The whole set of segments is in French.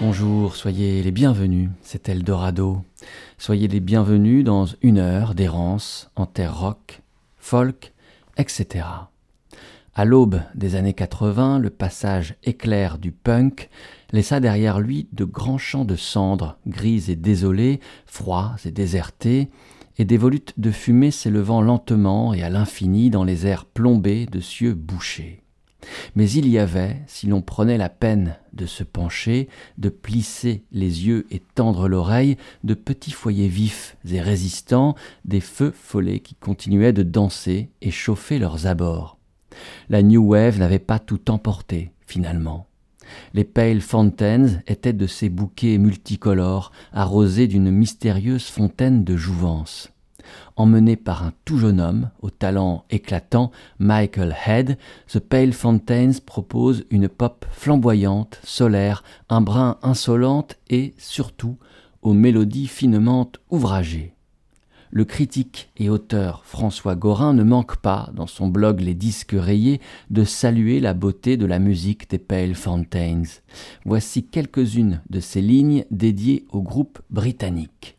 bonjour, soyez les bienvenus, c'est Eldorado. Soyez les bienvenus dans une heure d'errance en terre rock, folk, etc. À l'aube des années 80, le passage éclair du punk laissa derrière lui de grands champs de cendres, grises et désolés, froids et désertés, et des volutes de fumée s'élevant lentement et à l'infini dans les airs plombés de cieux bouchés. Mais il y avait, si l'on prenait la peine de se pencher, de plisser les yeux et tendre l'oreille, de petits foyers vifs et résistants, des feux follets qui continuaient de danser et chauffer leurs abords. La New Wave n'avait pas tout emporté, finalement. Les Pale Fountains étaient de ces bouquets multicolores, arrosés d'une mystérieuse fontaine de jouvence. Emmené par un tout jeune homme, au talent éclatant, Michael Head, The Pale Fountains propose une pop flamboyante, solaire, un brin insolente et, surtout, aux mélodies finement ouvragées. Le critique et auteur François Gorin ne manque pas, dans son blog Les Disques Rayés, de saluer la beauté de la musique des Pale Fountains. Voici quelques-unes de ces lignes dédiées au groupe britannique.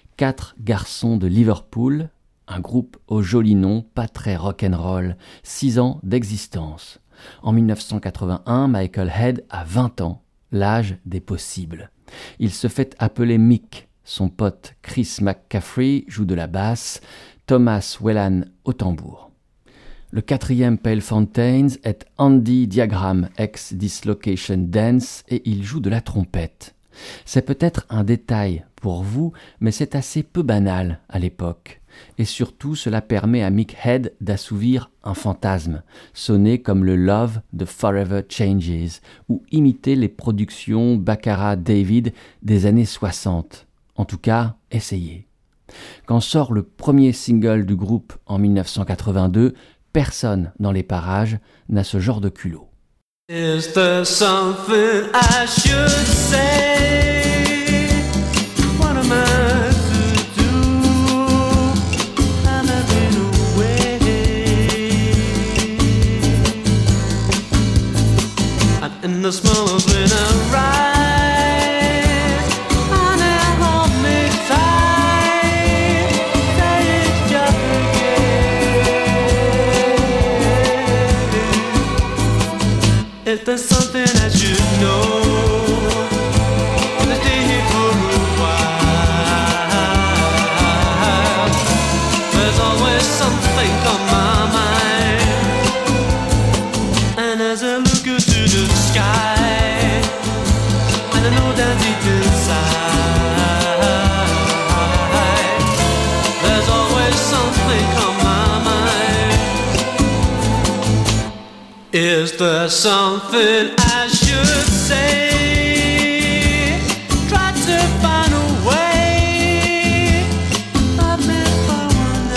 4 garçons de Liverpool, un groupe au joli nom, pas très rock'n'roll, 6 ans d'existence. En 1981, Michael Head a 20 ans, l'âge des possibles. Il se fait appeler Mick. Son pote Chris McCaffrey joue de la basse, Thomas Whelan au tambour. Le 4e Pale Fountains est Andy Diagram, ex-Dislocation Dance, et il joue de la trompette. C'est peut-être un détail pour vous, mais c'est assez peu banal à l'époque. Et surtout, cela permet à Mick Head d'assouvir un fantasme, sonner comme le Love de Forever Changes, ou imiter les productions Baccarat David des années 60. En tout cas, essayez. Quand sort le premier single du groupe en 1982, personne dans les parages n'a ce genre de culot. Is there something I should say? What am I to do? I'm been away. And in the smoke when I rise, honey, hold me tight. Say it just again. If there's something I should know, let's stay here for a while. There's always something on my mind, and as I look up to the sky, and I know that deep inside, there's always something on my mind. Is there something I should say? Try to find a way. I've never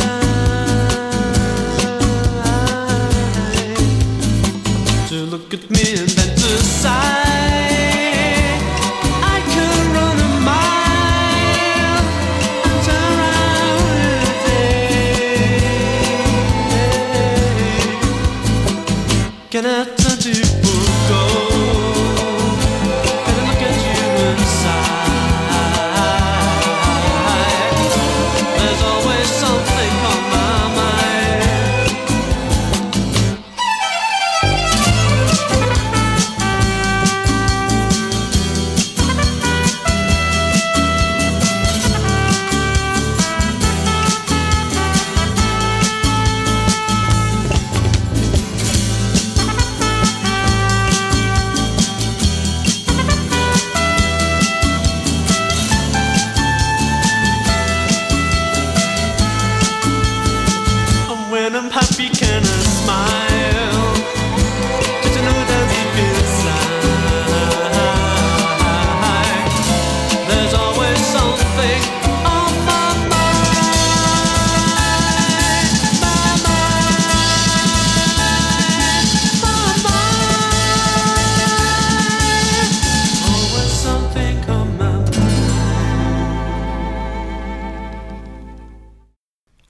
wondered to look at me and then to sigh. I could run a mile and turn around in a day. Can I turn to gold?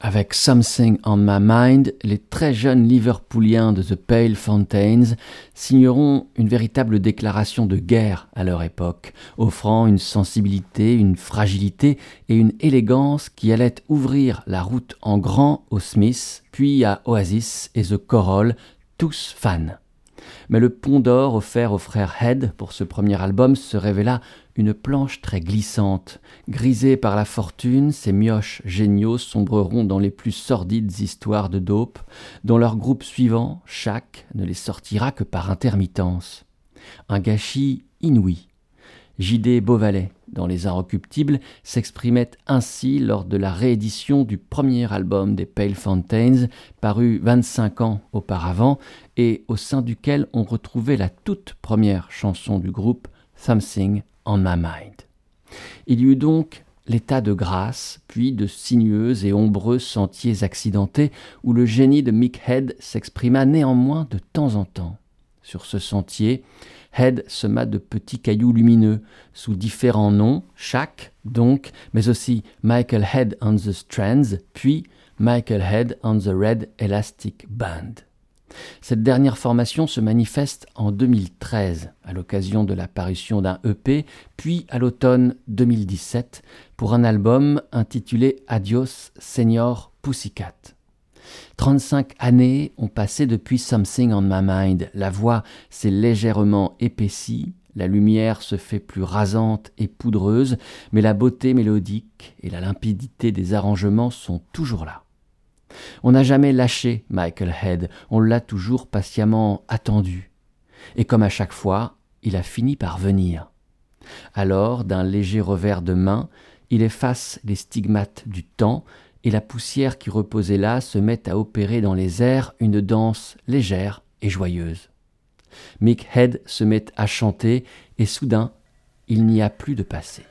Avec Something on My Mind, les très jeunes Liverpooliens de The Pale Fountains signeront une véritable déclaration de guerre à leur époque, offrant une sensibilité, une fragilité et une élégance qui allaient ouvrir la route en grand aux Smiths, puis à Oasis et The Corral, tous fans. Mais le pont d'or offert aux frères Head pour ce premier album se révéla une planche très glissante. Grisés par la fortune, ces mioches géniaux sombreront dans les plus sordides histoires de dope, dont leur groupe suivant, Shack, ne les sortira que par intermittence. Un gâchis inouï. J.D. Beauvalet, dans Les Inrecuptibles, s'exprimait ainsi lors de la réédition du premier album des Pale Fountains, paru 25 ans auparavant, et au sein duquel on retrouvait la toute première chanson du groupe, Something on My Mind. Il y eut donc l'état de grâce, puis de sinueux et ombreux sentiers accidentés où le génie de Mick Head s'exprima néanmoins de temps en temps. Sur ce sentier, Head sema de petits cailloux lumineux, sous différents noms, Shack donc, mais aussi Michael Head on the Strands, puis Michael Head on the Red Elastic Band. Cette dernière formation se manifeste en 2013, à l'occasion de la parution d'un EP, puis à l'automne 2017, pour un album intitulé Adios Senior Pussycat. 35 années ont passé depuis Something on My Mind. La voix s'est légèrement épaissie, la lumière se fait plus rasante et poudreuse, mais la beauté mélodique et la limpidité des arrangements sont toujours là. On n'a jamais lâché Michael Head, on l'a toujours patiemment attendu. Et comme à chaque fois, il a fini par venir. Alors, d'un léger revers de main, il efface les stigmates du temps, et la poussière qui reposait là se met à opérer dans les airs une danse légère et joyeuse. Mick Head se met à chanter, et soudain, il n'y a plus de passé.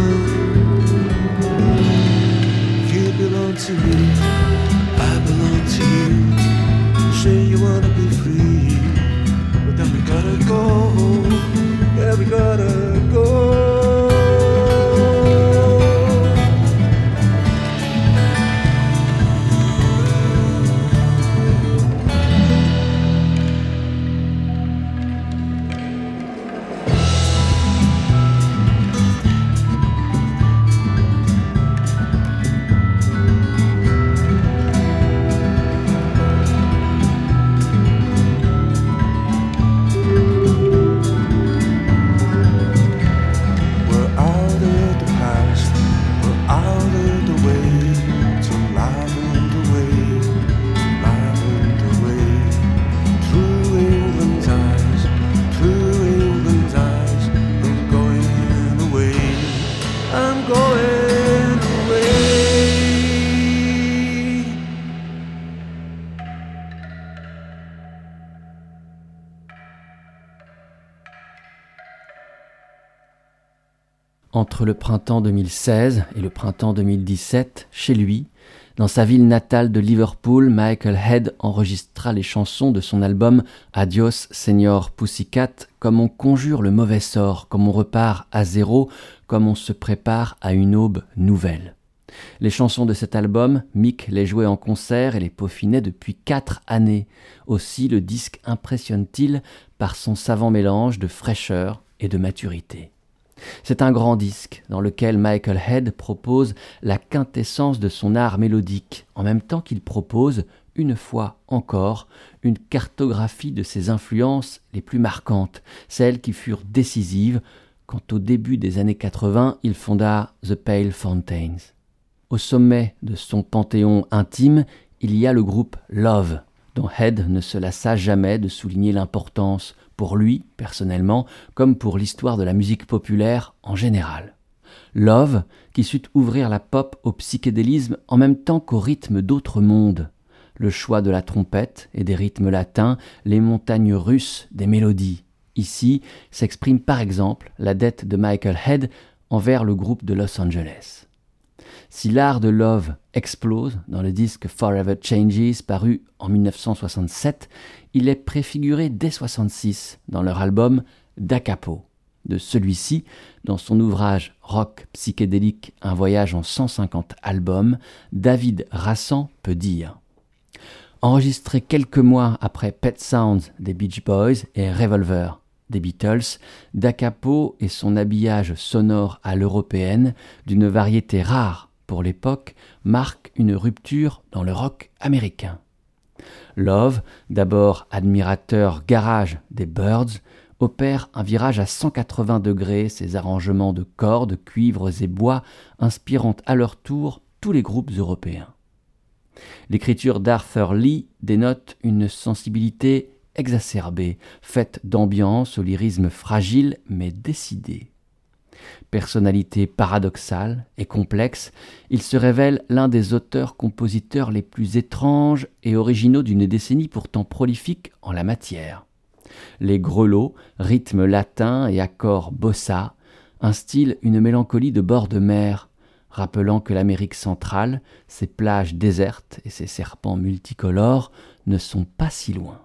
To me, I belong to Entre le printemps 2016 et le printemps 2017, chez lui, dans sa ville natale de Liverpool, Michael Head enregistra les chansons de son album Adios Señor Pussycat, comme on conjure le mauvais sort, comme on repart à zéro, comme on se prépare à une aube nouvelle. Les chansons de cet album, Mick les jouait en concert et les peaufinait depuis 4 années. Aussi le disque impressionne-t-il par son savant mélange de fraîcheur et de maturité. C'est un grand disque dans lequel Michael Head propose la quintessence de son art mélodique, en même temps qu'il propose, une fois encore, une cartographie de ses influences les plus marquantes, celles qui furent décisives quand au début des années 80, il fonda The Pale Fountains. Au sommet de son panthéon intime, il y a le groupe Love, dont Head ne se lassa jamais de souligner l'importance pour lui, personnellement, comme pour l'histoire de la musique populaire en général. Love, qui sut ouvrir la pop au psychédélisme en même temps qu'au rythme d'autres mondes. Le choix de la trompette et des rythmes latins, les montagnes russes des mélodies. Ici s'exprime par exemple la dette de Michael Head envers le groupe de Los Angeles. Si l'art de Love explose dans le disque Forever Changes paru en 1967, il est préfiguré dès 1966 dans leur album Da Capo. De celui-ci, dans son ouvrage rock psychédélique Un voyage en 150 albums, David Rassan peut dire: enregistré quelques mois après Pet Sounds des Beach Boys et Revolver des Beatles, Da Capo et son habillage sonore à l'européenne, d'une variété rare pour l'époque, marquent une rupture dans le rock américain. Love, d'abord admirateur garage des Byrds, opère un virage à 180 degrés, ses arrangements de cordes, cuivres et bois inspirant à leur tour tous les groupes européens. L'écriture d'Arthur Lee dénote une sensibilité exacerbée, faite d'ambiance au lyrisme fragile mais décidé. Personnalité paradoxale et complexe, il se révèle l'un des auteurs-compositeurs les plus étranges et originaux d'une décennie pourtant prolifique en la matière. Les grelots, rythmes latins et accords bossa instillent une mélancolie de bord de mer, rappelant que l'Amérique centrale, ses plages désertes et ses serpents multicolores ne sont pas si loin.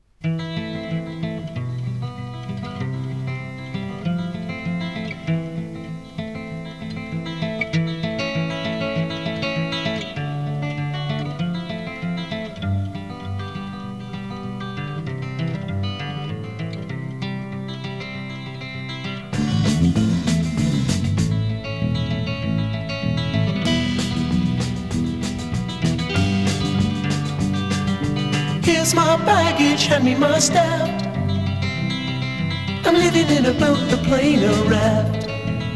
Here's my baggage, hand me my staff. I'm living in a boat, the plane, a raft.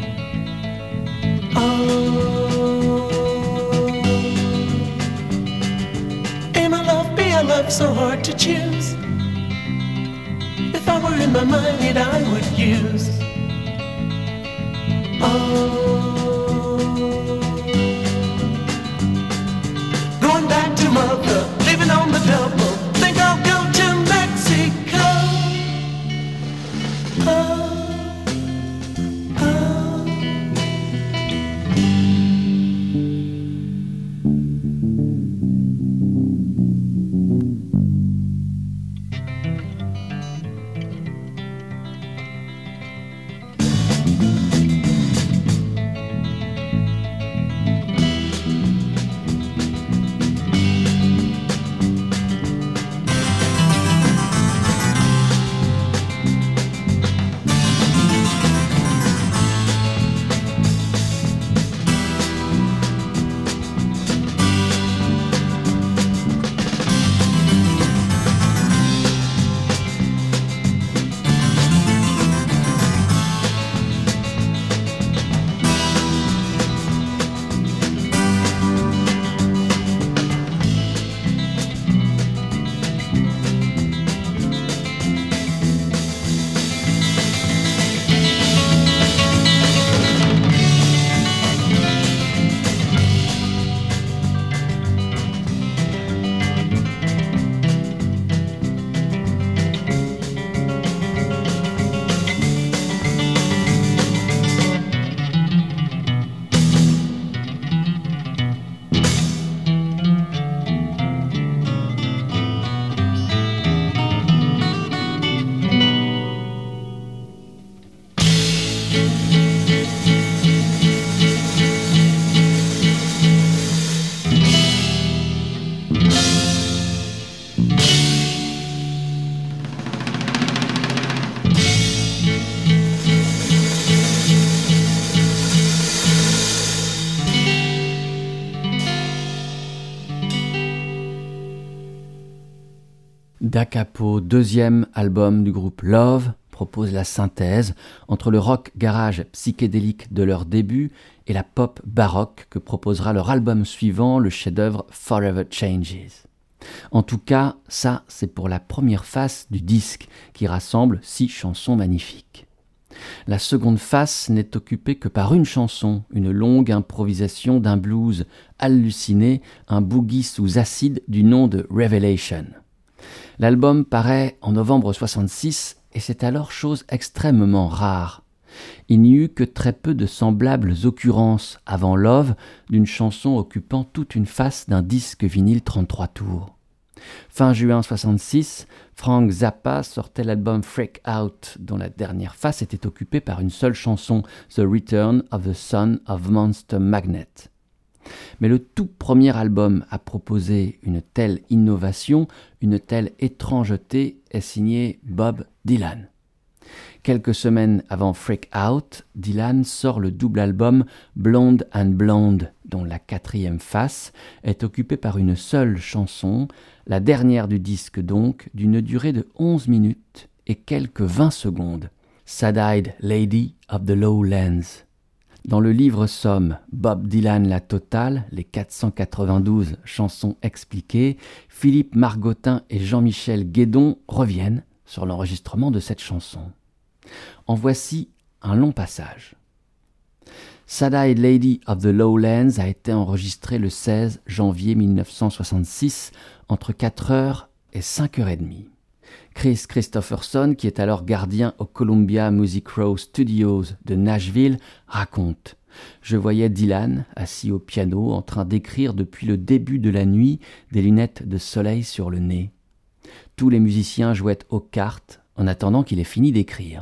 Oh, am I love, be I love, so hard to choose. If I were in my mind, it I would use. Oh, going back to mother, living on the double. Think I'll go to Mexico. Oh, oh. Da Capo, deuxième album du groupe Love, propose la synthèse entre le rock garage psychédélique de leur début et la pop baroque que proposera leur album suivant, le chef-d'œuvre Forever Changes. En tout cas, ça c'est pour la première face du disque qui rassemble 6 chansons magnifiques. La seconde face n'est occupée que par une chanson, une longue improvisation d'un blues halluciné, un boogie sous acide du nom de Revelation. L'album paraît en novembre 66 et c'est alors chose extrêmement rare. Il n'y eut que très peu de semblables occurrences avant Love d'une chanson occupant toute une face d'un disque vinyle 33 tours. Fin juin 66, Frank Zappa sortait l'album Freak Out, dont la dernière face était occupée par une seule chanson, The Return of the Son of Monster Magnet. Mais le tout premier album à proposer une telle innovation, une telle étrangeté, est signé Bob Dylan. Quelques semaines avant Freak Out, Dylan sort le double album Blonde and Blonde, dont la 4e face est occupée par une seule chanson, la dernière du disque donc, d'une durée de 11 minutes et quelques 20 secondes. Sad-Eyed Lady of the Lowlands. Dans le livre somme Bob Dylan la totale, les 492 chansons expliquées, Philippe Margottin et Jean-Michel Guédon reviennent sur l'enregistrement de cette chanson. En voici un long passage. Sad-Eyed Lady of the Lowlands a été enregistré le 16 janvier 1966 entre 4h et 5h30. Chris Christopherson, qui est alors gardien au Columbia Music Row Studios de Nashville, raconte « Je voyais Dylan, assis au piano, en train d'écrire depuis le début de la nuit, des lunettes de soleil sur le nez. Tous les musiciens jouaient aux cartes en attendant qu'il ait fini d'écrire.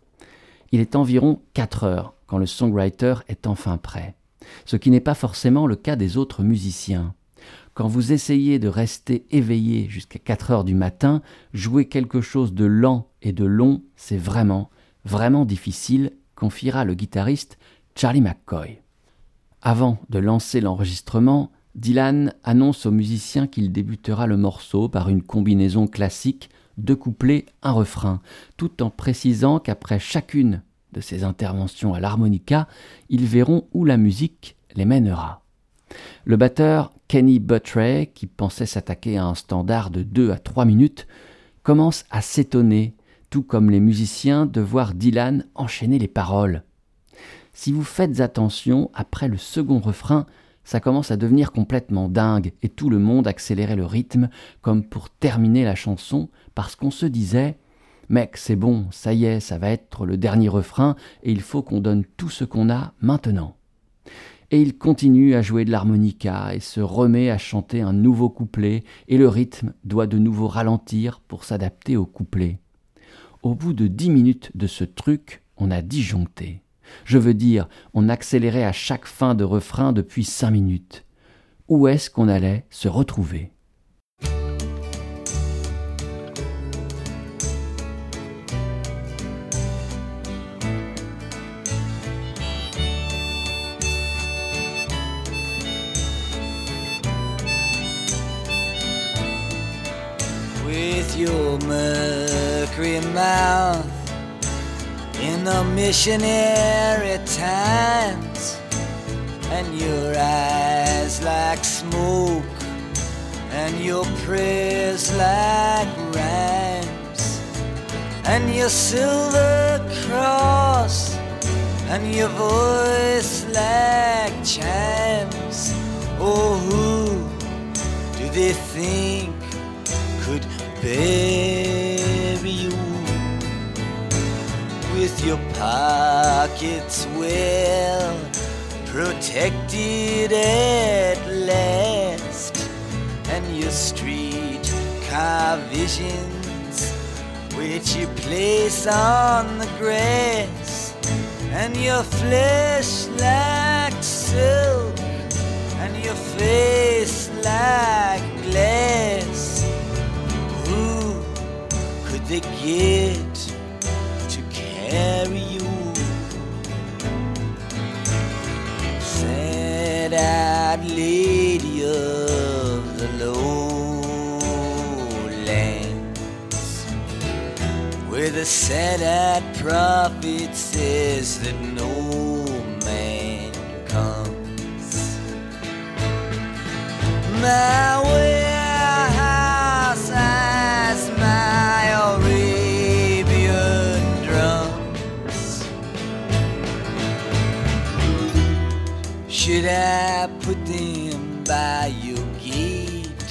Il est environ 4 heures quand le songwriter est enfin prêt, ce qui n'est pas forcément le cas des autres musiciens. Quand vous essayez de rester éveillé jusqu'à 4 heures du matin, jouer quelque chose de lent et de long, c'est vraiment, vraiment difficile, confiera le guitariste Charlie McCoy. Avant de lancer l'enregistrement, Dylan annonce aux musiciens qu'il débutera le morceau par une combinaison classique, 2 couplets, un refrain, tout en précisant qu'après chacune de ces interventions à l'harmonica, ils verront où la musique les mènera. Le batteur Kenny Buttray, qui pensait s'attaquer à un standard de 2 à 3 minutes, commence à s'étonner, tout comme les musiciens, de voir Dylan enchaîner les paroles. Si vous faites attention, après le second refrain, ça commence à devenir complètement dingue et tout le monde accélérait le rythme comme pour terminer la chanson parce qu'on se disait « Mec, c'est bon, ça y est, ça va être le dernier refrain et il faut qu'on donne tout ce qu'on a maintenant. » Et il continue à jouer de l'harmonica et se remet à chanter un nouveau couplet et le rythme doit de nouveau ralentir pour s'adapter au couplet. Au bout de 10 minutes de ce truc, on a disjoncté. Je veux dire, on accélérait à chaque fin de refrain depuis 5 minutes. Où est-ce qu'on allait se retrouver ? With your mercury mouth in the missionary times, and your eyes like smoke, and your prayers like rhymes, and your silver cross, and your voice like chimes. Oh, who do they think could bury you? With your pockets well protected at last, and your street car visions which you place on the grass, and your flesh like silk, and your face like glass. Who could they get to carry you? Sad-eyed lady of the lowlands, where the sad-eyed prophet says that no man comes. My warehouse has my Arabian drums. Should I put them by your gate?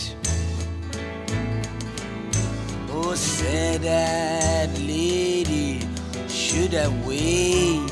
Oh, sad-eyed lady, should I wait?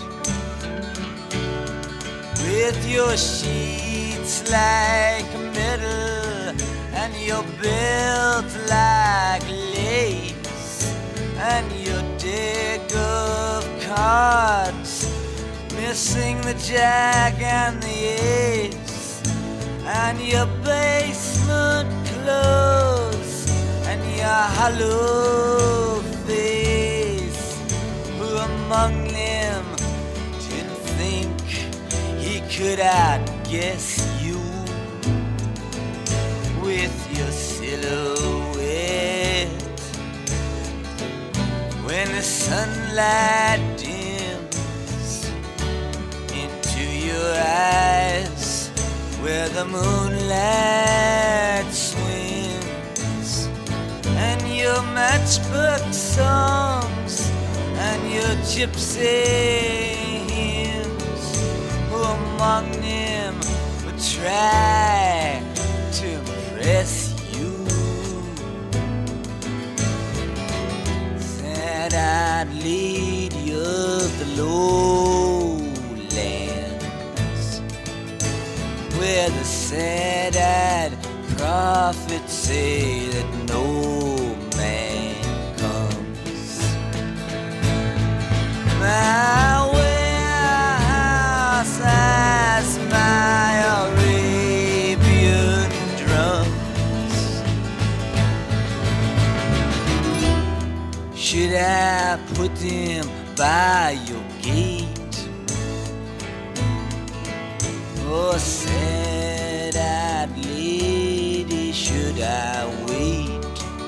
With your sheets like metal and your belt like lace and your deck of cards missing the jack and the ace, and your basement clothes and your hollow face. Who among them didn't think he could outguess you with your silhouette? When the sunlight dims into your eyes, where the moonlight swims, and your matchbook songs and your gypsy hymns, who among them would try to impress you? Sad-eyed lady of the lowlands, where the sad-eyed prophets say that no man comes. My warehouse has my Arabian drums. Should I put them by your gate? Oh, sad-eyed lady, should I wait?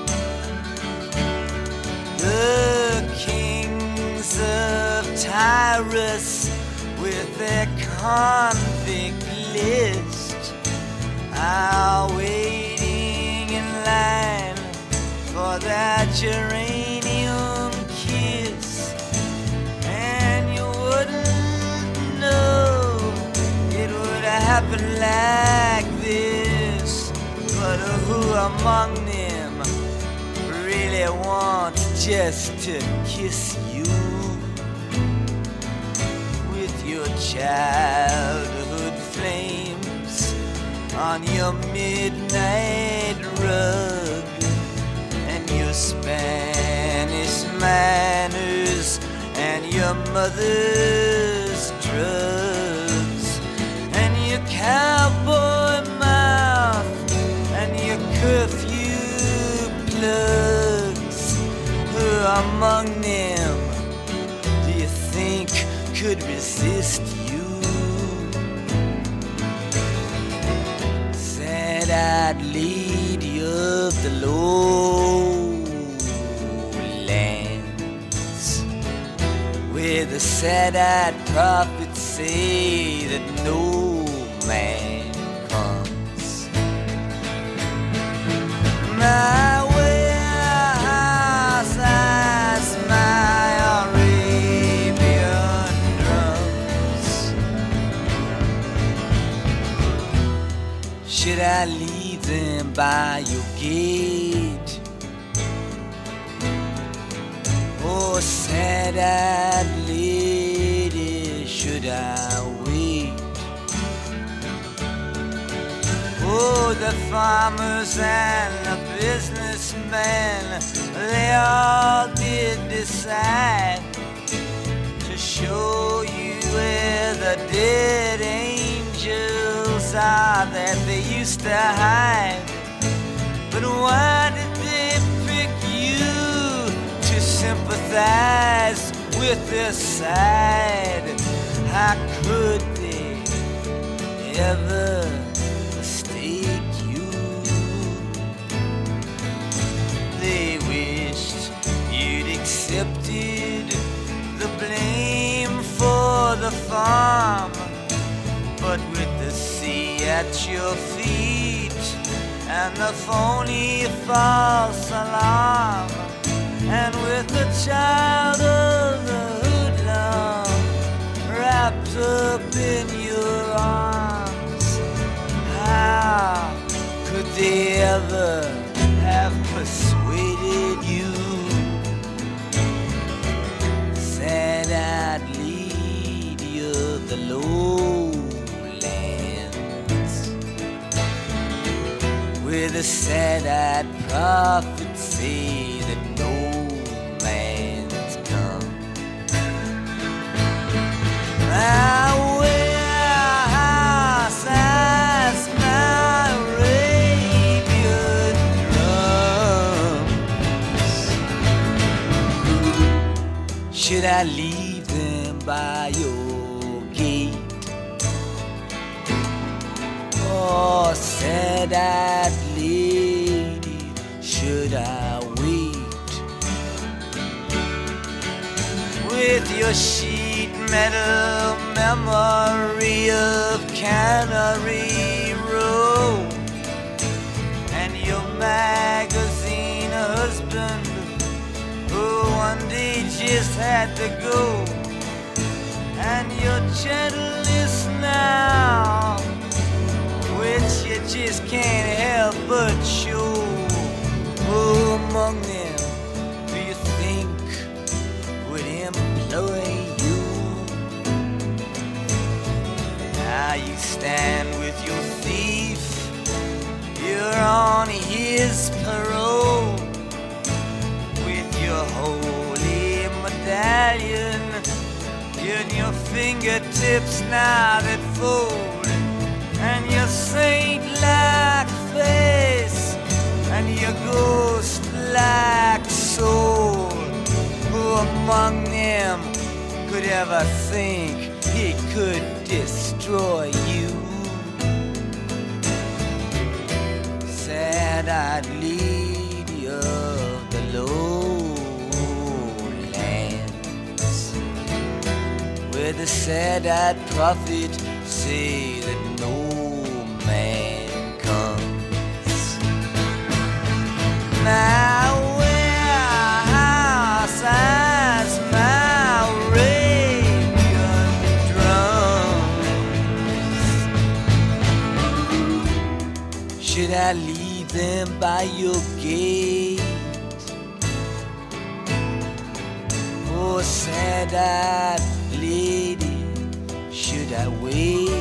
The kings of Tyrus with their convict list are waiting in line for that geranium kiss, and you wouldn't know it would happen like this. But who among them really wants just to kiss you with your childhood flames on your midnight rug and your Spanish manners and your mother's drugs and your cowboy mouth and your curfew plugs? Who among them do you think could resist you? Sad-eyed lady of the lowlands, where the sad-eyed prophets say that no man comes. My warehouse has my Arabian drums. Should I leave them by your gate? Oh, sad-eyed lady, should I wait? Oh, the farmers and the businessmen, they all did decide to show the dead angels are that they used to hide. But why did they pick you to sympathize with their side? How could they ever mistake you? They wished you'd accepted the blame for the farm, but with the sea at your feet and the phony false alarm, and with the child of the hoodlum wrapped up in your arms, how could they ever have persuaded you that I'd lead you the lowlands, where the sad-eyed prophets say that no man's come. My warehouse has my Arabian drums. Should I leave them by your gate? Oh, sad-eyed lady, should I wait? With your sheet metal memory of Cannery Row, and your magazine husband who one day just had to go, and your gentleness now, which you just can't help but show. Who among them do you think would employ you? Now you stand with your thief, you're on his parole, with your holy medallion in your fingertips now that fold, and your saint-like face and your ghost-like soul. Who among them could ever think he could destroy you? Sad-eyed lady of the lowlands, where the sad-eyed prophet say that no man comes. My warehouse has my Arabian drums. Should I leave them by your gate? Oh, sad-eyed lady, should I wait?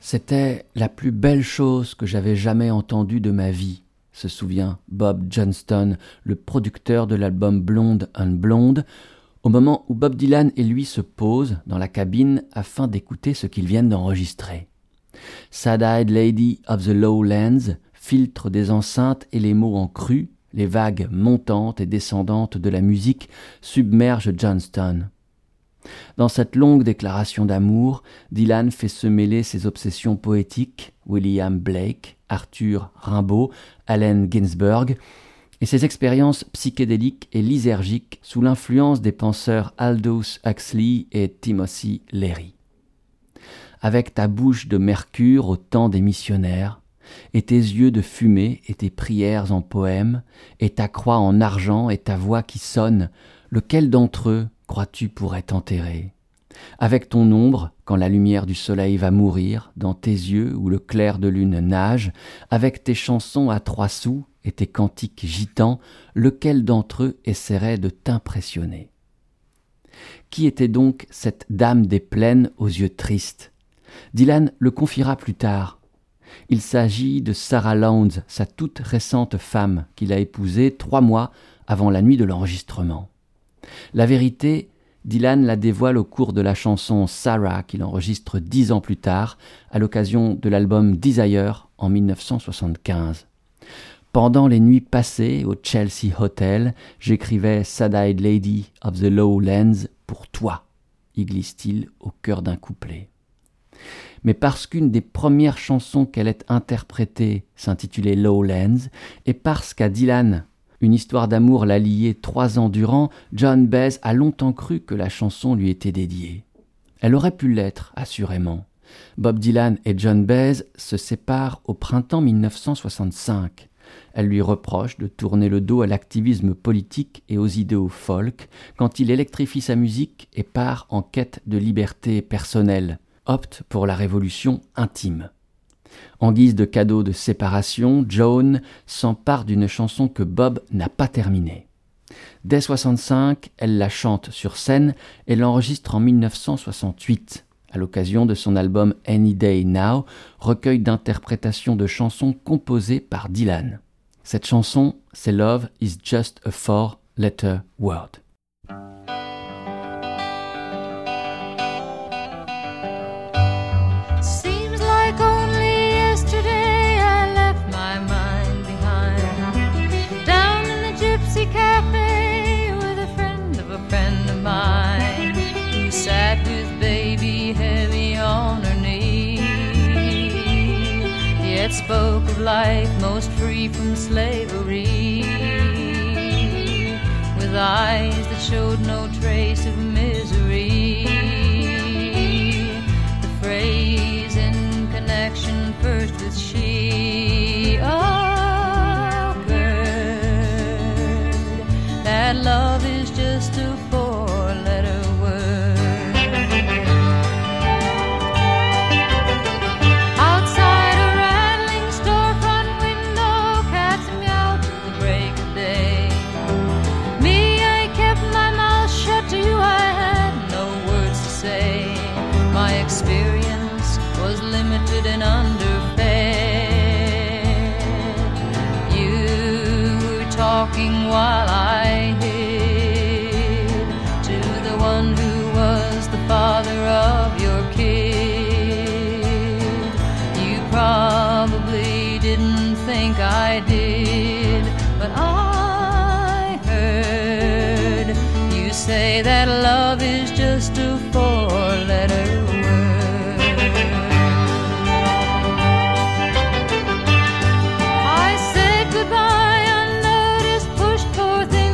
C'était la plus belle chose que j'avais jamais entendue de ma vie, se souvient Bob Johnston, le producteur de l'album Blonde and Blonde, au moment où Bob Dylan et lui se posent dans la cabine afin d'écouter ce qu'ils viennent d'enregistrer. Sad-Eyed Lady of the Lowlands filtre des enceintes et les mots en cru, les vagues montantes et descendantes de la musique submergent Johnston. Dans cette longue déclaration d'amour, Dylan fait se mêler ses obsessions poétiques, William Blake, Arthur Rimbaud, Allen Ginsberg, et ses expériences psychédéliques et lysergiques sous l'influence des penseurs Aldous Huxley et Timothy Leary. Avec ta bouche de mercure au temps des missionnaires, et tes yeux de fumée et tes prières en poèmes, et ta croix en argent et ta voix qui sonne, lequel d'entre eux crois-tu pourrait t'enterrer ? Avec ton ombre, quand la lumière du soleil va mourir, dans tes yeux où le clair de lune nage, avec tes chansons à 3 sous et tes cantiques gitans, lequel d'entre eux essaierait de t'impressionner ? Qui était donc cette dame des plaines aux yeux tristes ? Dylan le confiera plus tard. Il s'agit de Sarah Lowndes, sa toute récente femme, qu'il a épousée 3 mois avant la nuit de l'enregistrement. La vérité, Dylan la dévoile au cours de la chanson Sarah qu'il enregistre 10 ans plus tard, à l'occasion de l'album Desire en 1975. Pendant les nuits passées au Chelsea Hotel, j'écrivais Sad-Eyed Lady of the Lowlands pour toi, y glisse-t-il au cœur d'un couplet. Mais parce qu'une des premières chansons qu'elle ait interprétée s'intitulait Lowlands, et parce qu'à Dylan, une histoire d'amour l'a liée 3 ans durant, John Baez a longtemps cru que la chanson lui était dédiée. Elle aurait pu l'être, assurément. Bob Dylan et John Baez se séparent au printemps 1965. Elle lui reproche de tourner le dos à l'activisme politique et aux idéaux folk quand il électrifie sa musique et part en quête de liberté personnelle, opte pour la révolution intime. En guise de cadeau de séparation, Joan s'empare d'une chanson que Bob n'a pas terminée. Dès 1965, elle la chante sur scène et l'enregistre en 1968, à l'occasion de son album Any Day Now, recueil d'interprétations de chansons composées par Dylan. Cette chanson, c'est Love is Just a 4-letter word. Seems like only yesterday I left my mind behind, down in the Gypsy Cafe with a friend of mine, who sat with baby heavy on her knee, yet spoke of life most free from slavery, with eyes that showed no trace of misery. The phrase in connection first with she, oh girl, that love is just a 4-letter word. Outside a rattling storefront window, cats meow till the break of day. Me, I kept my mouth shut to you, I had no words to say. My experience was limited and underfed. You were talking while I hid to the one who was the father of your kid. You probably didn't think I did, but I heard you say that love is just a 4-letter word. I said goodbye unnoticed, pushed forth in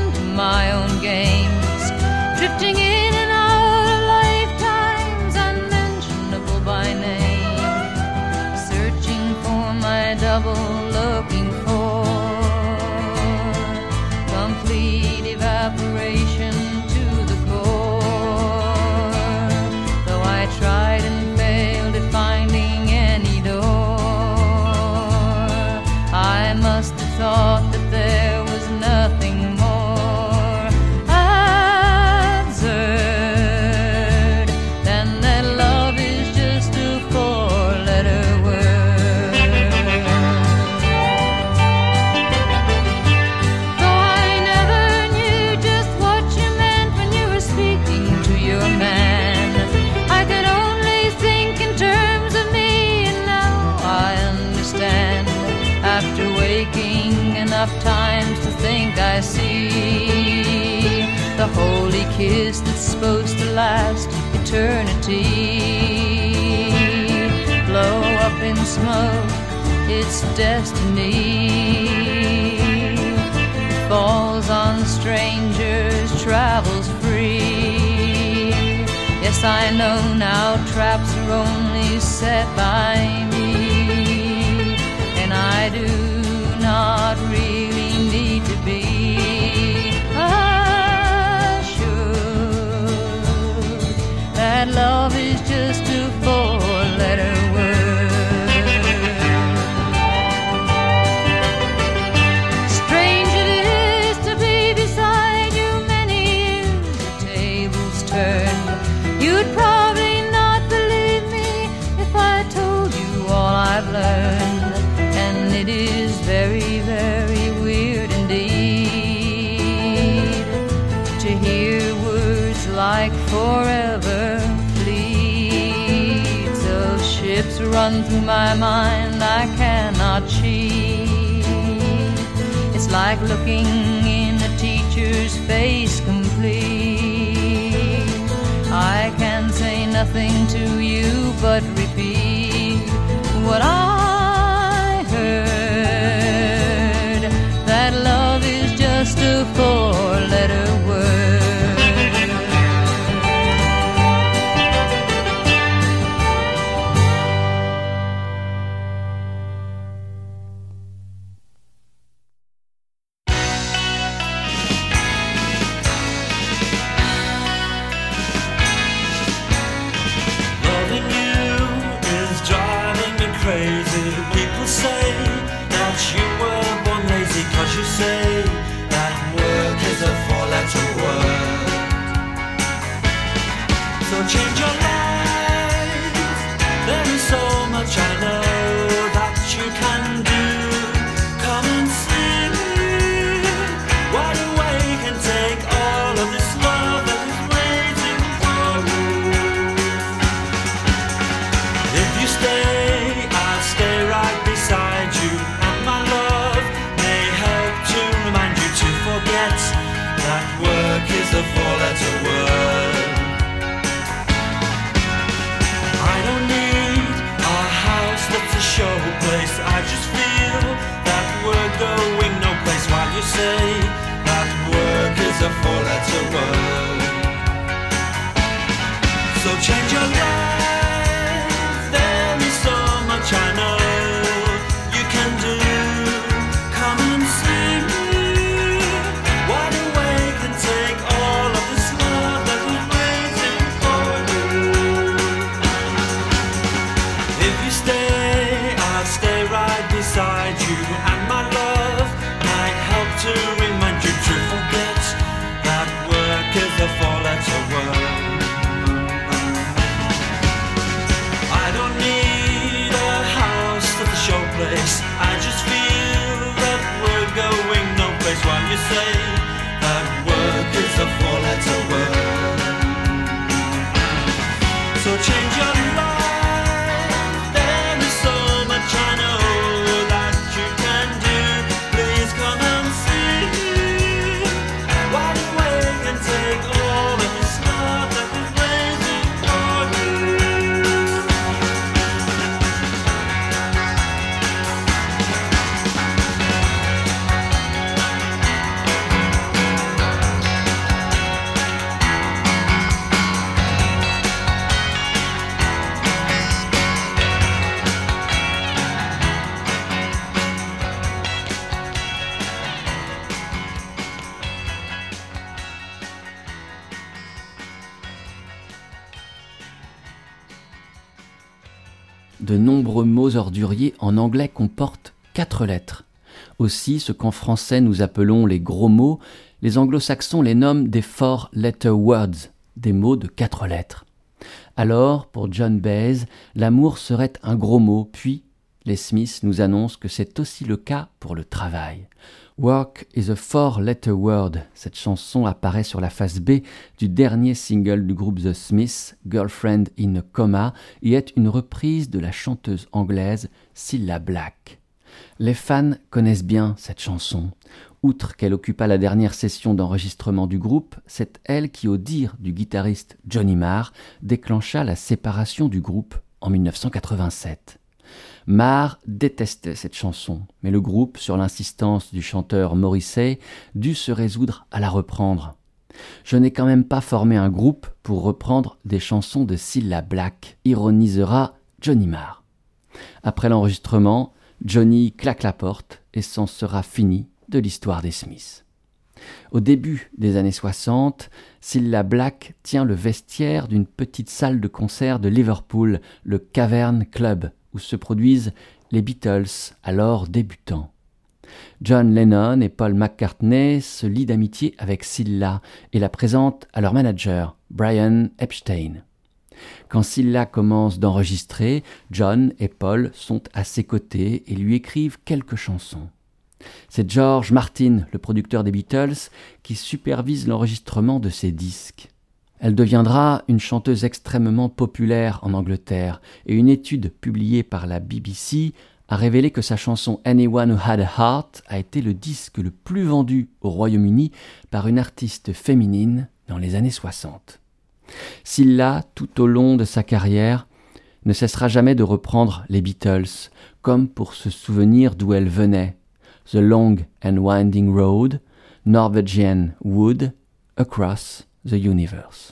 kiss that's supposed to last eternity. Blow up in smoke, it's destiny. Falls on strangers, travels free. Yes, I know now traps are only set by me, and I do not really need to be assured that love is just a four-letter word. Strange it is to be beside you many years, the tables turned. You'd probably not believe me if I told you all I've learned, and it is very, very weird indeed to hear words like forever fleet. So ships run through my mind I cannot cheat. It's like looking in a teacher's face complete. I can say nothing to you but repeat what I heard, that love is just a four-letter word. Loving you is driving me crazy. People say that you were born lazy, 'cause you say that work is a four-letter word. So change your life. There is so much I know that you can do. Come and see me. Wide awake and take all of this love that is waiting for you. If you stay, I'll stay right beside you, and my love may help to remind you to forget that work is a four-letter word. I don't need a house that's a showplace. I just feel that we're going no place while you say that work is a four-letter word. So change your life. There is so much I know you can do. Come and see me. Wide awake and take all of this love that is waiting for you. If you stay, I'll stay right beside you, and my love might help to remind you to forget that work is a four-letter word. I don't need a house at the showplace. I just feel that we're going no place while you say that work is a four-letter word. So change your life. There is so much I know that you can do. Please come and see me. Wide awake and take all of this love that is waiting for you. De nombreux mots orduriers en anglais comportent 4 lettres. Aussi, ce qu'en français nous appelons les gros mots, les anglo-saxons les nomment des four-letter words, des mots de 4 lettres. Alors, pour John Baez, l'amour serait un gros mot, puis les Smiths nous annoncent que c'est aussi le cas pour le travail. Work is a four-letter word. Cette chanson apparaît sur la face B du dernier single du groupe The Smiths, Girlfriend in a Coma, et est une reprise de la chanteuse anglaise Cilla Black. Les fans connaissent bien cette chanson. Outre qu'elle occupa la dernière session d'enregistrement du groupe, c'est elle qui, au dire du guitariste Johnny Marr, déclencha la séparation du groupe en 1987. Marr détestait cette chanson, mais le groupe, sur l'insistance du chanteur Morrissey, dut se résoudre à la reprendre. Je n'ai quand même pas formé un groupe pour reprendre des chansons de Cilla Black, ironisera Johnny Marr. Après l'enregistrement, Johnny claque la porte et c'en sera fini de l'histoire des Smiths. Au début des années 60, Cilla Black tient le vestiaire d'une petite salle de concert de Liverpool, le Cavern Club, où se produisent les Beatles, alors débutants. John Lennon et Paul McCartney se lient d'amitié avec Cilla et la présentent à leur manager, Brian Epstein. Quand Cilla commence d'enregistrer, John et Paul sont à ses côtés et lui écrivent quelques chansons. C'est George Martin, le producteur des Beatles, qui supervise l'enregistrement de ces disques. Elle deviendra une chanteuse extrêmement populaire en Angleterre et une étude publiée par la BBC a révélé que sa chanson « Anyone Who Had a Heart » a été le disque le plus vendu au Royaume-Uni par une artiste féminine dans les années 60. Cilla, tout au long de sa carrière, ne cessera jamais de reprendre les Beatles, comme pour se souvenir d'où elle venait. The Long and Winding Road, Norwegian Wood, Across the Universe.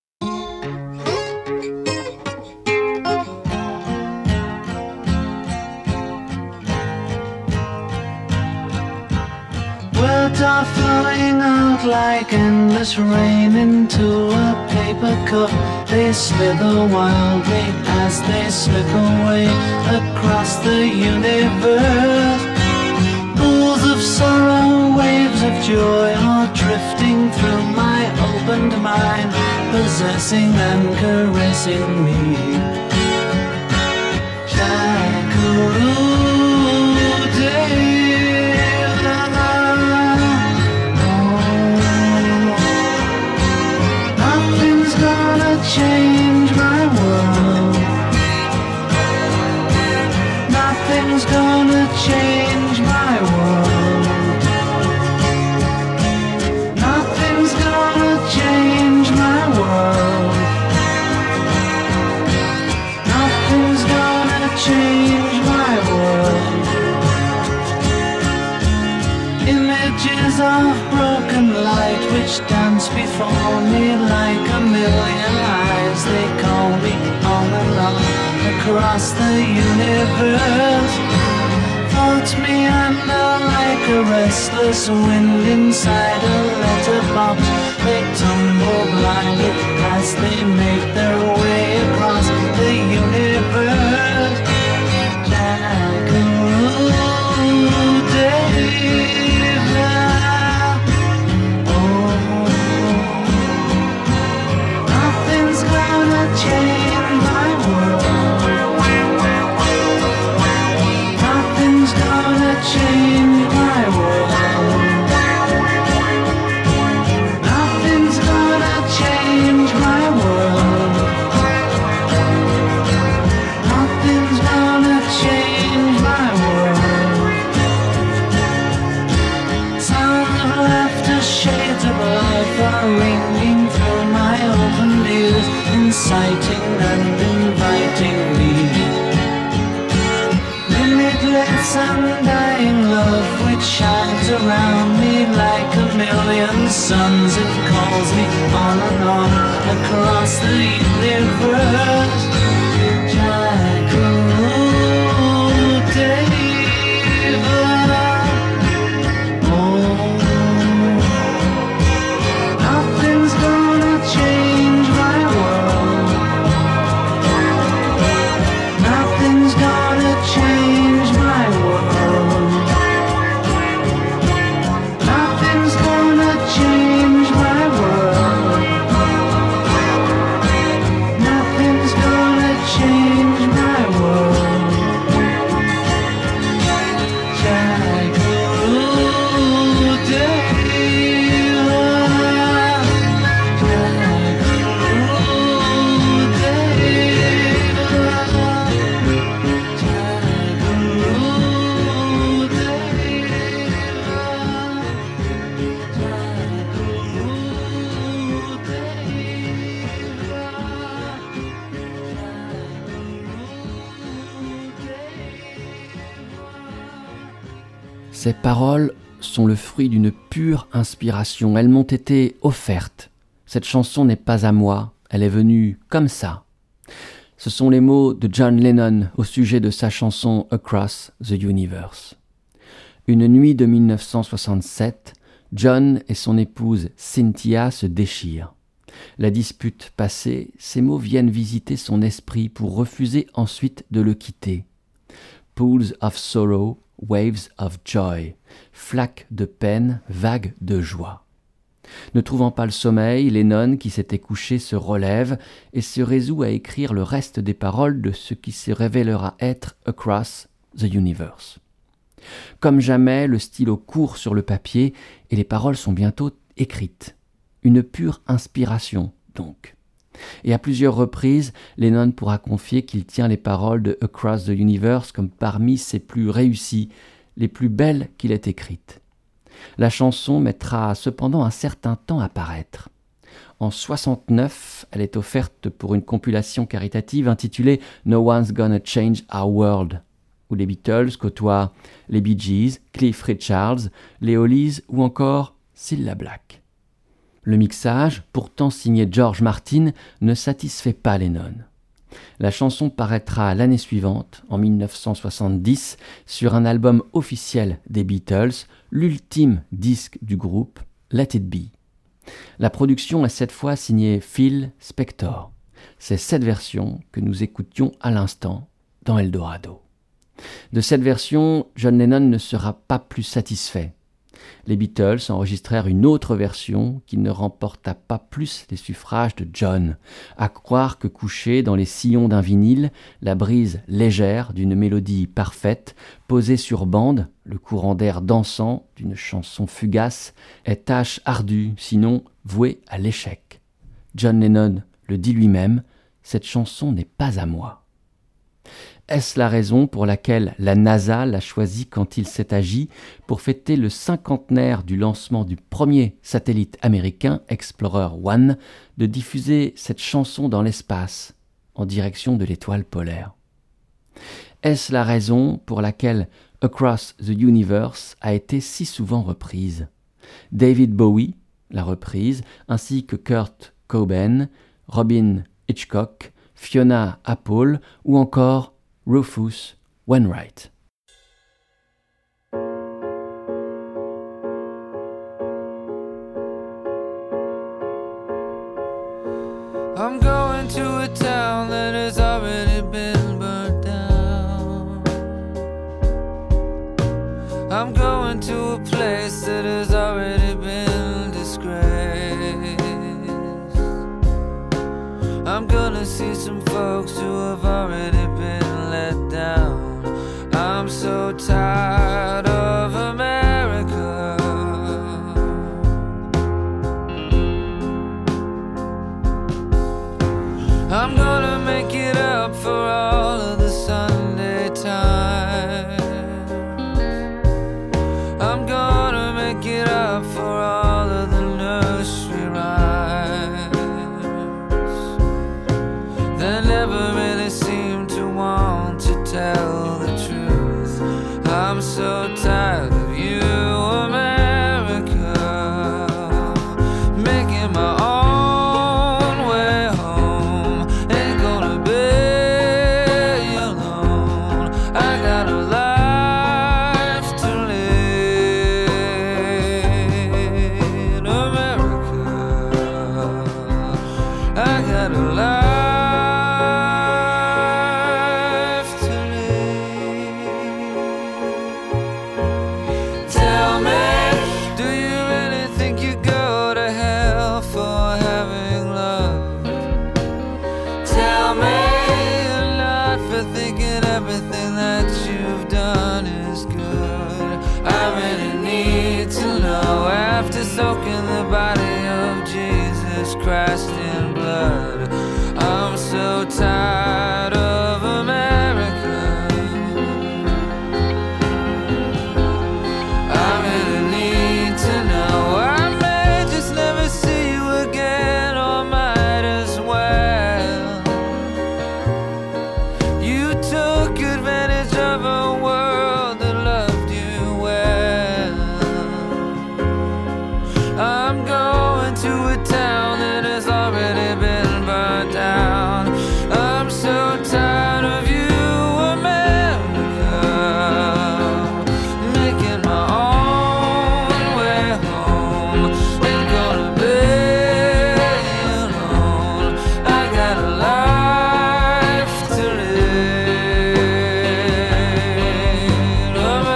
Words are flowing out like endless rain into a paper cup. They slither wildly as they slip away across the universe. Pools of sorrow, waves of joy are drifting through my opened mind, possessing and caressing me. Nothing's gonna change my world. Nothing's gonna change my world. Nothing's gonna change my world. Nothing's gonna change my world. Images of broken light which dance before me like a million eyes. They call me on and on across the universe. Floats me under like a restless wind inside a letterbox. They tumble blindly as they make their way across the universe. Jackaroo David. Oh, nothing's gonna change my world. Nothing's gonna change my world. Nothing's gonna change my world. Nothing's gonna change my world. Sounds of laughter, shades of life are ringing through my open ears, inciting and inviting me. Limitless undying love which shines around me like a million suns. It calls me on and on across the universe. Jackaroo David. Oh, nothing's gonna change my world. Nothing's gonna change my world. Nothing's gonna change my world. Nothing's gonna Ces paroles sont le fruit d'une pure inspiration. Elles m'ont été offertes. Cette chanson n'est pas à moi, elle est venue comme ça. Ce sont les mots de John Lennon au sujet de sa chanson Across the Universe. Une nuit de 1967, John et son épouse Cynthia se déchirent. La dispute passée, ces mots viennent visiter son esprit pour refuser ensuite de le quitter. Pools of sorrow, waves of joy, flaques de peine, vagues de joie. Ne trouvant pas le sommeil, Lennon, qui s'était couché, se relève et se résout à écrire le reste des paroles de ce qui se révélera être Across the Universe. Comme jamais, le stylo court sur le papier et les paroles sont bientôt écrites. Une pure inspiration, donc. Et à plusieurs reprises, Lennon pourra confier qu'il tient les paroles de Across the Universe comme parmi ses plus réussies, les plus belles qu'il ait écrites. La chanson mettra cependant un certain temps à paraître. En 1969, elle est offerte pour une compilation caritative intitulée « No One's Gonna Change Our World », où les Beatles côtoient les Bee Gees, Cliff Richards, les Hollies ou encore Cilla Black. Le mixage, pourtant signé George Martin, ne satisfait pas Lennon. La chanson paraîtra l'année suivante, en 1970, sur un album officiel des Beatles, l'ultime disque du groupe, Let It Be. La production est cette fois signée Phil Spector. C'est cette version que nous écoutions à l'instant dans Eldorado. De cette version, John Lennon ne sera pas plus satisfait. Les Beatles enregistrèrent une autre version qui ne remporta pas plus les suffrages de John, à croire que couché dans les sillons d'un vinyle, la brise légère d'une mélodie parfaite, posée sur bande, le courant d'air dansant d'une chanson fugace, est tâche ardue, sinon vouée à l'échec. John Lennon le dit lui-même, cette chanson n'est pas à moi. Est-ce la raison pour laquelle la NASA l'a choisi quand il s'est agi pour fêter le 50aire du lancement du premier satellite américain, Explorer 1, de diffuser cette chanson dans l'espace, en direction de l'étoile polaire? Est-ce la raison pour laquelle Across the Universe a été si souvent reprise? David Bowie l'a reprise, ainsi que Kurt Cobain, Robin Hitchcock, Fiona Apple ou encore Rufus Wainwright. I'm going to a town that has already been burnt down. I'm going to a place that has already been disgraced. I'm gonna see some folks who have already been let down. I'm so tired of America. I'm gonna make it up for all of the Sunday times. I'm gonna make it up for all of the nursery rhymes that never really seem to to a town that has already been burned down. I'm so tired of you, America, making my own way home. Ain't gonna be alone. I got a life to live,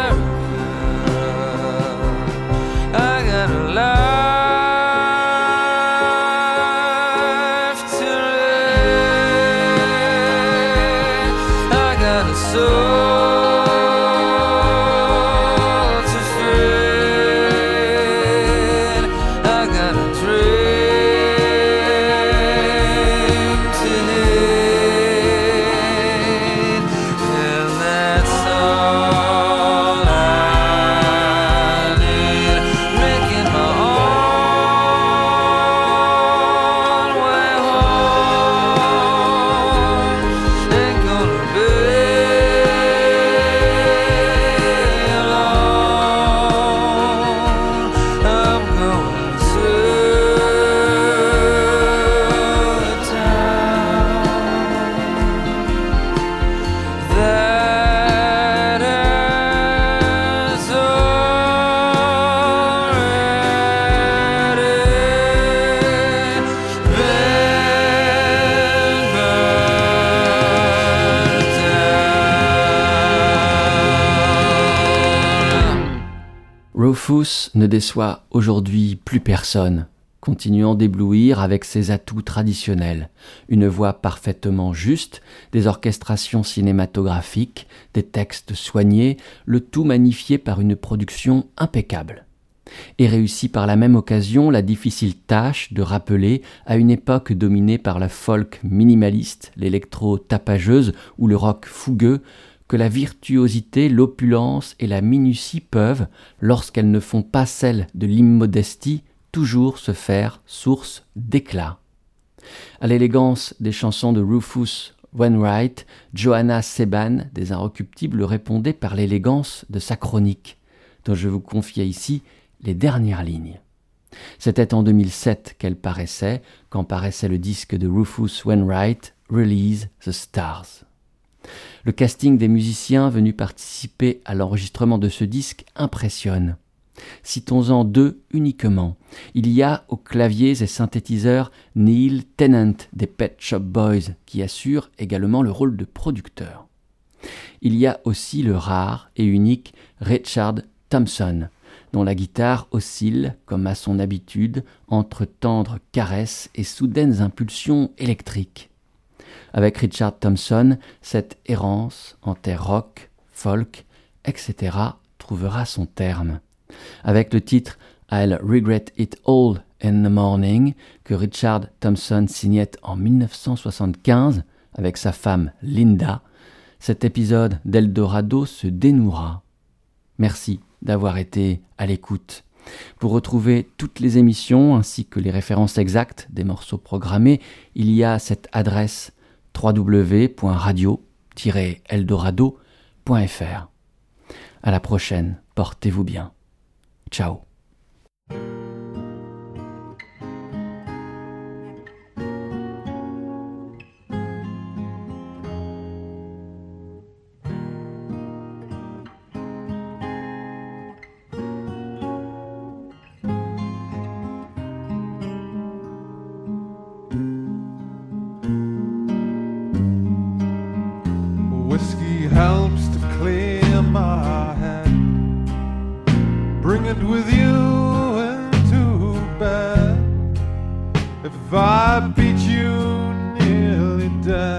America. I got a life to live. I got a soul to feed. I got a dream to hit, and that's all I need. Making my own way home. Ain't gonna be alone. I'm going to a town that has already been burned down. Rufus ne déçoit aujourd'hui plus personne, continuant d'éblouir avec ses atouts traditionnels, une voix parfaitement juste, des orchestrations cinématographiques, des textes soignés, le tout magnifié par une production impeccable. Et réussit par la même occasion la difficile tâche de rappeler, à une époque dominée par la folk minimaliste, l'électro tapageuse ou le rock fougueux, que la virtuosité, l'opulence et la minutie peuvent, lorsqu'elles ne font pas celle de l'immodestie, toujours se faire source d'éclat. À l'élégance des chansons de Rufus Wainwright, Johanna Seban des Inrecuptibles répondait par l'élégance de sa chronique, dont je vous confiais ici les dernières lignes. C'était en 2007 qu'elle paraissait, quand paraissait le disque de Rufus Wainwright, Release the Stars. Le casting des musiciens venus participer à l'enregistrement de ce disque impressionne. Citons-en deux uniquement. Il y a aux claviers et synthétiseurs Neil Tennant des Pet Shop Boys, qui assure également le rôle de producteur. Il y a aussi le rare et unique Richard Thompson, dont la guitare oscille, comme à son habitude, entre tendres caresses et soudaines impulsions électriques. Avec Richard Thompson, cette errance en terre rock, folk, etc. trouvera son terme. Avec le titre « I'll regret it all in the morning » que Richard Thompson signait en 1975 avec sa femme Linda, cet épisode d'Eldorado se dénouera. Merci d'avoir été à l'écoute. Pour retrouver toutes les émissions ainsi que les références exactes des morceaux programmés, il y a cette adresse www.radio-eldorado.fr. À la prochaine, portez-vous bien. Ciao. Whiskey helps to clear my head. Bring it with you into bed. If I beat you nearly dead,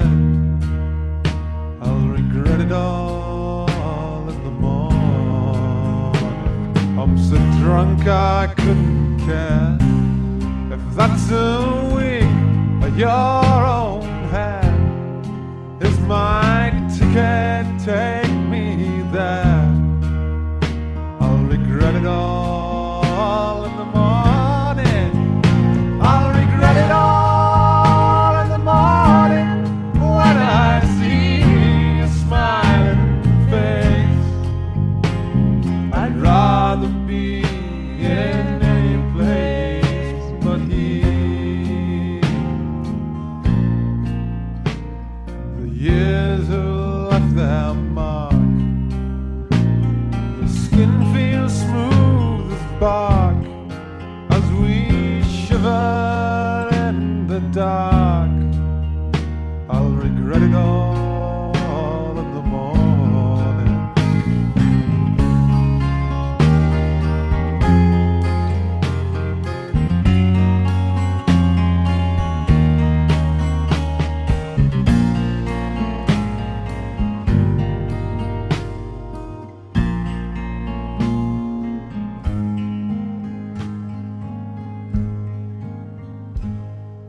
I'll regret it all in the morning. I'm so drunk I couldn't care. If that's a wing of your own hand, is my ticket, take me there. I'll regret it all in the morning. I'll regret it all in the morning when I see your smiling face. I'd rather be in any place but here.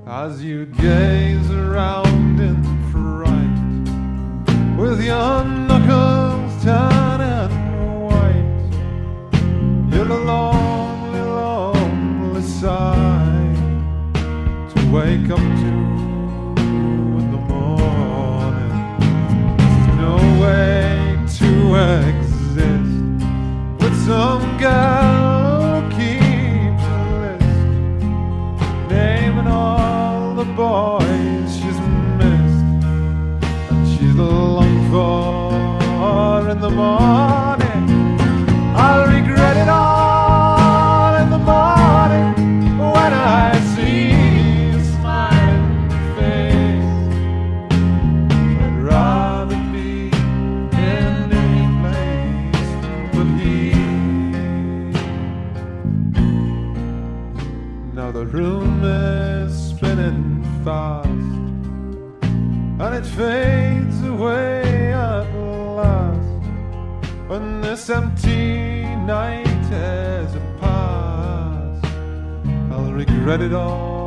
as you gaze around in fright, with your knuckles turning white. You're a lonely, lonely sight to wake up to in the morning. There's no way to exist with some girl who keeps a list, naming all the boys she's missed and she's longed for in the morning. I'll regret it all in the morning when I see your smiling face. I'd rather be in any place but here. Now the room is spinning fast and it fades away at last. When this empty night has passed, I'll regret it all